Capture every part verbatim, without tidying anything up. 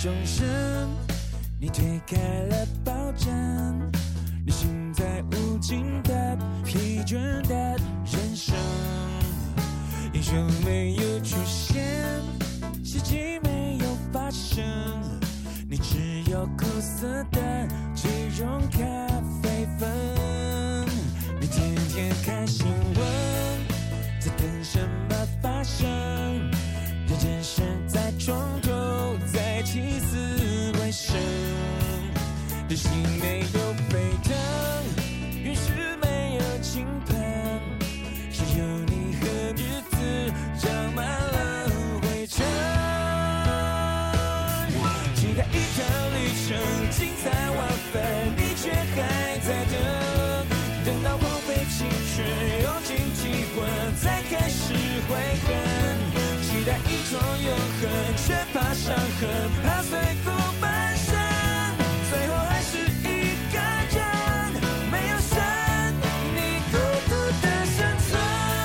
钟声，你推开了抱枕，旅行在无尽的疲倦的人生，英雄没有出现，奇迹没有发生，你只有苦涩的这种咖啡粉。你天天看新闻，在等什么发生，人人生在床头，在起死回生，人心没有沸腾，陨石没有倾盆，只有你和日子长满了灰尘。期待一趟旅程精彩万分，你却还在等，等到荒废青春用尽体温才开始悔恨，期待一种永恒却怕伤痕，怕随风翻身，最后还是一个人没有神，你孤独的生存。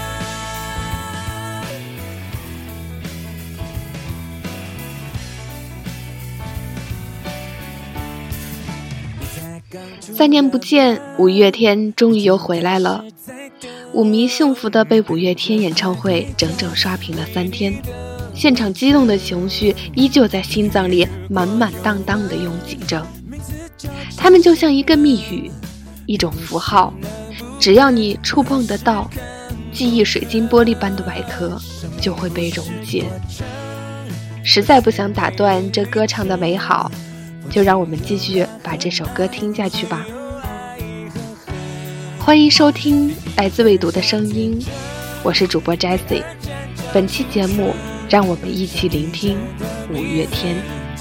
三年不见，五月天终于又回来了。舞迷幸福地被五月天演唱会整整刷屏了三天，现场激动的情绪依旧在心脏里满满当当地拥挤着。他们就像一个密语，一种符号，只要你触碰得到，记忆水晶玻璃般的外壳就会被溶解。实在不想打断这歌唱的美好，就让我们继续把这首歌听下去吧。欢迎收听来自未读的声音，我是主播 Jessie。 本期节目让我们一起聆听五月天。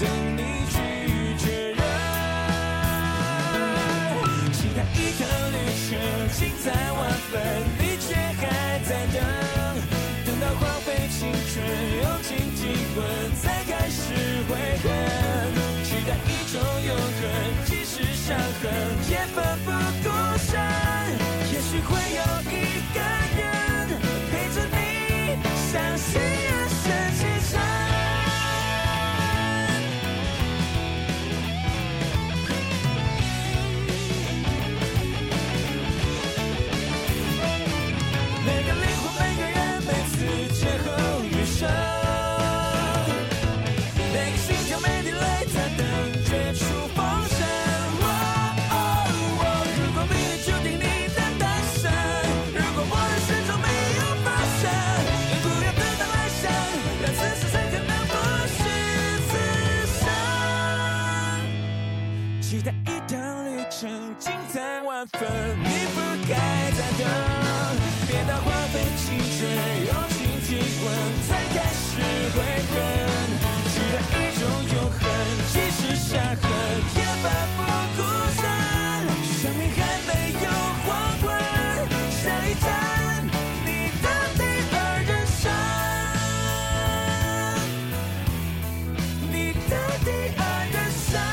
期待一趟旅程精彩万分，你不该再等，别到荒废青春用尽体温才开始悔恨，期待一种永恒，即使伤痕也反复孤身，生命还没有黄昏，下一站你的第二人生，你的第二人生。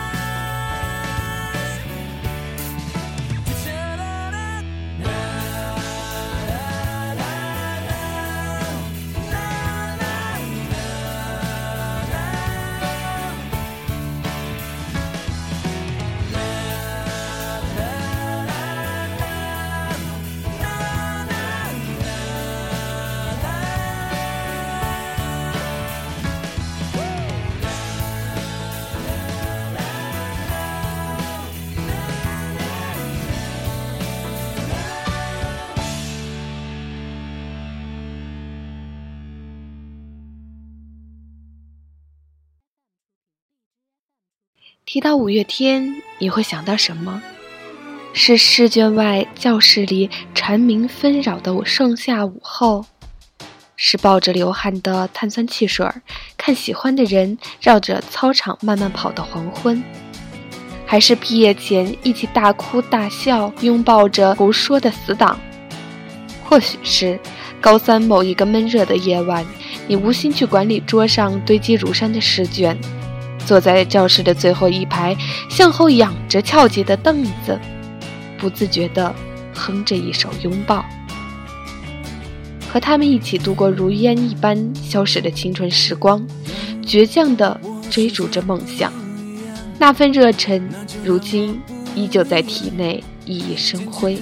提到五月天，你会想到什么？是试卷外教室里蝉鸣纷扰的盛夏午后，是抱着流汗的碳酸汽水看喜欢的人绕着操场慢慢跑的黄昏，还是毕业前一起大哭大笑拥抱着胡说的死党？或许是高三某一个闷热的夜晚，你无心去管理桌上堆积如山的试卷，坐在教室的最后一排，向后仰着翘起的凳子，不自觉地哼着一首拥抱，和他们一起度过如烟一般消逝的青春时光，倔强地追逐着梦想，那份热忱如今依旧在体内熠熠生辉。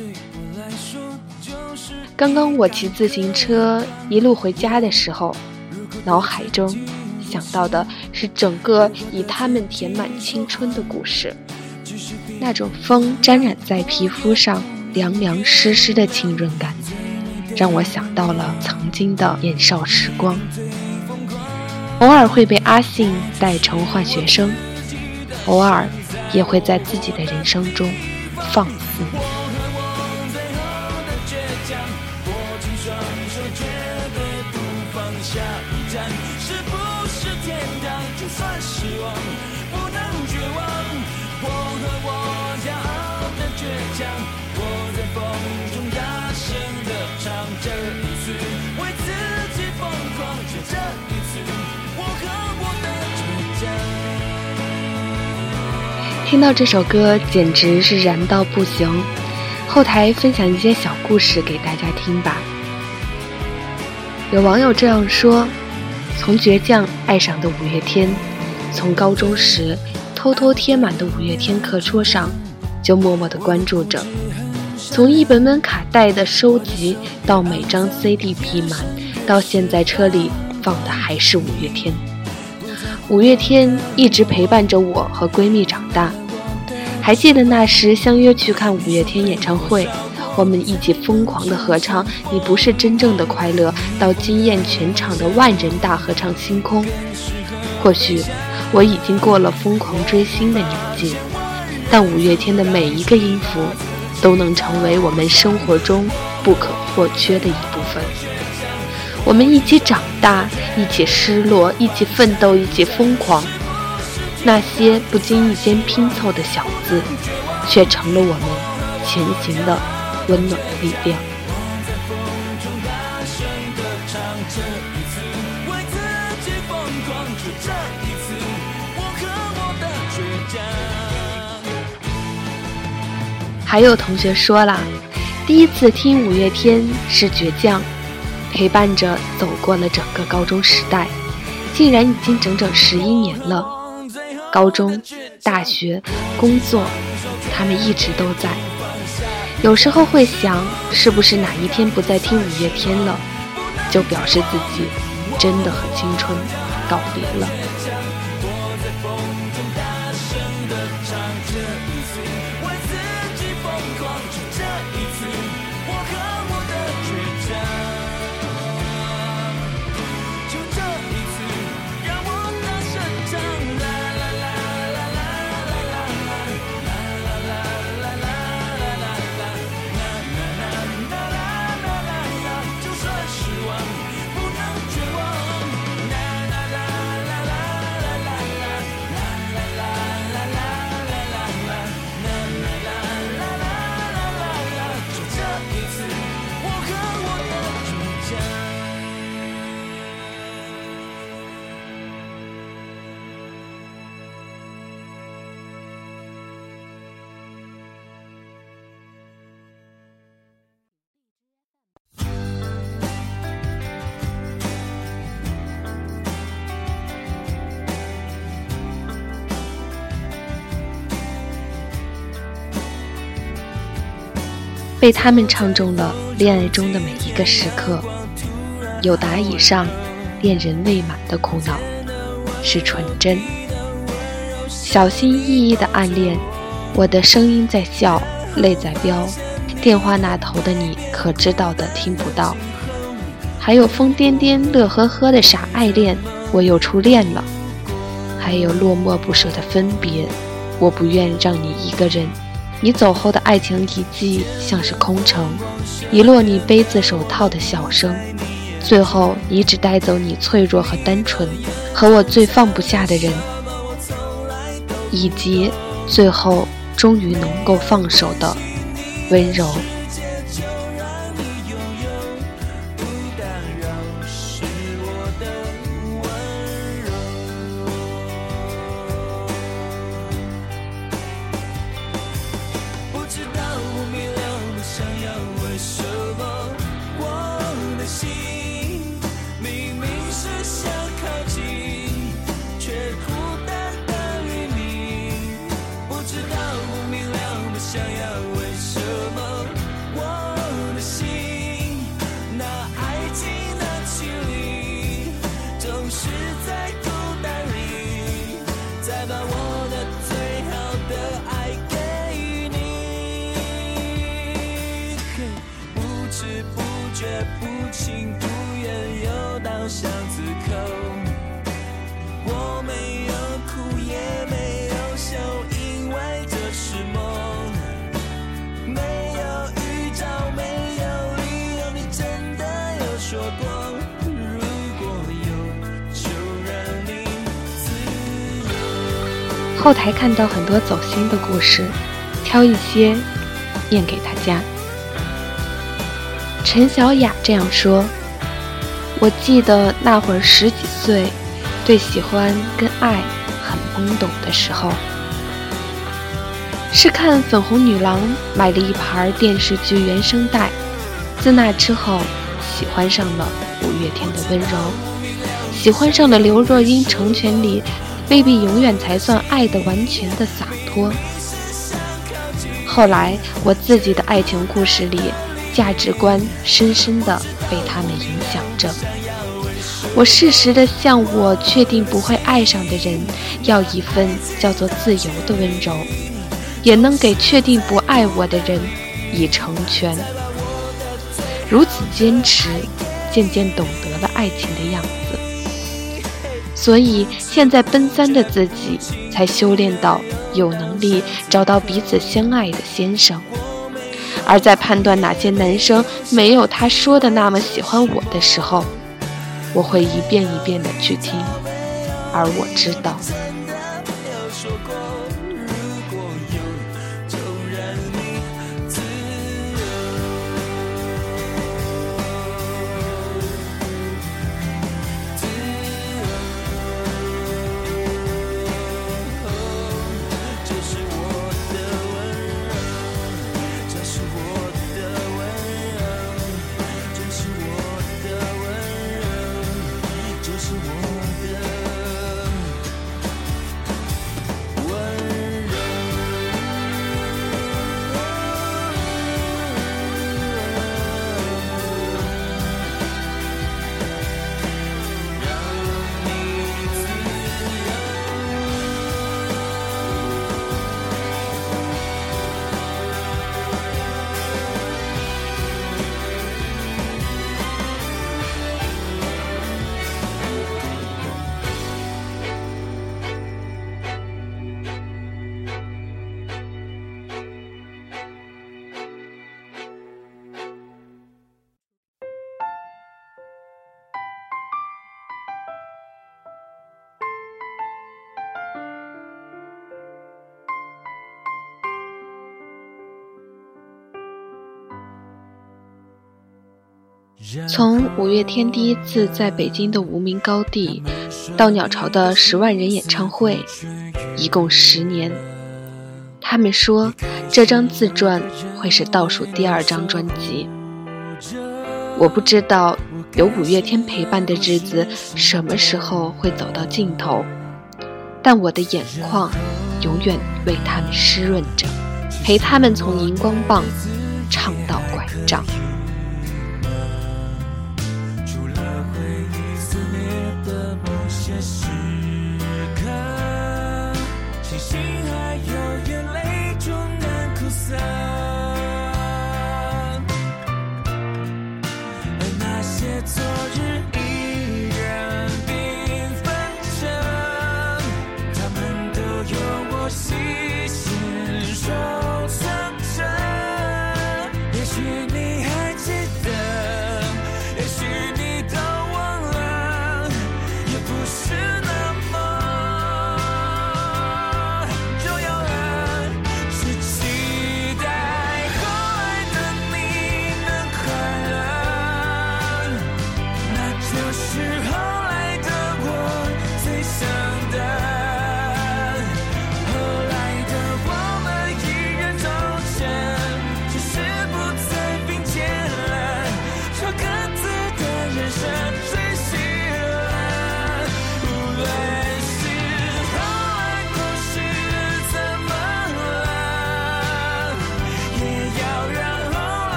刚刚我骑自行车一路回家的时候，脑海中想到的是整个以他们填满青春的故事，那种风沾染在皮肤上凉凉湿湿的浸润感，让我想到了曾经的年少时光。偶尔会被阿信带成坏学生，偶尔也会在自己的人生中放肆。听到这首歌简直是燃到不行，后台分享一些小故事给大家听吧。有网友这样说，从倔强爱上的五月天，从高中时偷偷贴满的五月天课桌上就默默地关注着，从一本本卡带的收集到每张 C D 批满，到现在车里放的还是五月天。五月天一直陪伴着我和闺蜜长大，还记得那时相约去看五月天演唱会，我们一起疯狂的合唱《你不是真正的快乐》，到惊艳全场的万人大合唱《星空》。或许我已经过了疯狂追星的年纪，但五月天的每一个音符都能成为我们生活中不可或缺的一部分。我们一起长大，一起失落，一起奋斗，一起疯狂。那些不经意间拼凑的小字，却成了我们前行的温暖力量。还有同学说啦，第一次听五月天是倔强，陪伴着走过了整个高中时代，竟然已经整整十一年了。高中、大学、工作，他们一直都在。有时候会想，是不是哪一天不再听五月天了，就表示自己真的和青春告别了。被他们唱中了恋爱中的每一个时刻，有达以上恋人未满的苦恼，是纯真。小心翼翼的暗恋，我的声音在笑，泪在飙，电话那头的你可知道的听不到。还有疯癫癫乐呵呵的傻爱恋，我又初恋了。还有落寞不舍的分别，我不愿让你一个人。你走后的爱情遗迹像是空城，遗落你杯子手套的笑声，最后你只带走你脆弱和单纯，和我最放不下的人，以及最后终于能够放手的温柔。 明明是想靠近，却孤单。 想要为什么我的心那爱情的距离总是在孤单里，再把我的最好的爱给你，不知不觉不情不愿又到巷子口，我没有哭也没有笑，因为这是梦，没有预兆没有理由，你真的有说过如果有就让你自由。 后台看到很多走心的故事，挑一些念给大家。陈小雅这样说，我记得那会儿十几岁，对喜欢跟爱很懵懂的时候，是看粉红女郎买了一盘电视剧原声带，自那之后喜欢上了五月天的温柔，喜欢上了刘若英成全里未必永远才算爱的完全的洒脱。后来我自己的爱情故事里，价值观深深地被他们影响着，我适时地向我确定不会爱上的人要一份叫做自由的温柔，也能给确定不爱我的人以成全。如此坚持，渐渐懂得了爱情的样子，所以现在奔三的自己才修炼到有能力找到彼此相爱的先生。而在判断哪些男生没有他说的那么喜欢我的时候，我会一遍一遍的去听，而我知道从五月天第一次在北京的无名高地到鸟巢的十万人演唱会，一共十年。他们说这张自传会是倒数第二张专辑。我不知道有五月天陪伴的日子什么时候会走到尽头，但我的眼眶永远为他们湿润着，陪他们从荧光棒唱到拐杖。 昨日依然缤纷着，他们都有我细心收藏着，也许你还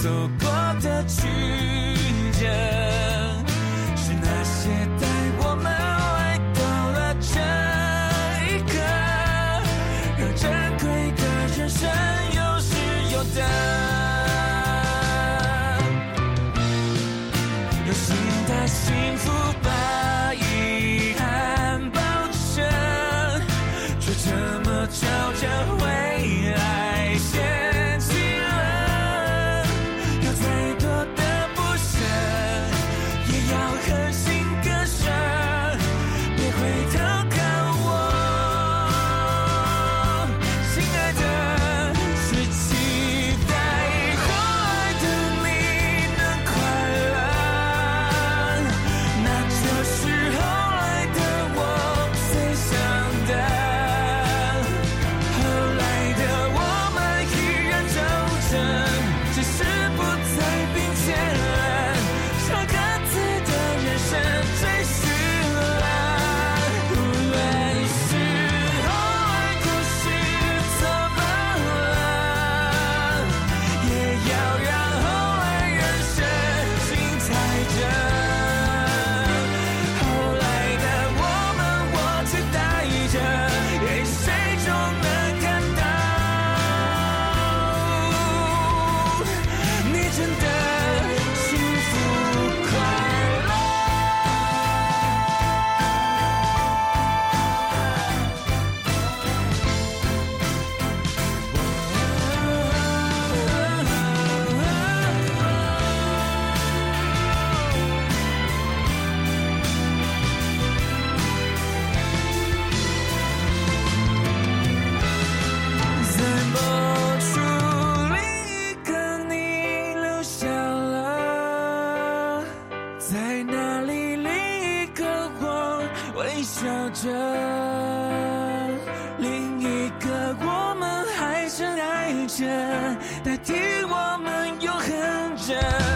走过的曲折，是那些带我们来到了这一刻，让珍贵的人生有是有的，有新的幸福把遗憾包着，却这么悄悄未来掀起了，有再多的不舍，也要狠心割舍，别回头看我，亲爱的，是期待后来的你能快乐，那就是后来的我最想的。后来的我们依然走着，只是不再并肩了，朝各自的人生追寻了。无论是后来故事怎么了，也要让后来人生精彩着。后来的我们，我期待着，给谁终能看到，你真的幸福快乐。在某处另一个你留下了，在那里另一个我微笑着，另一个我们还深爱着，代替我们永恒着。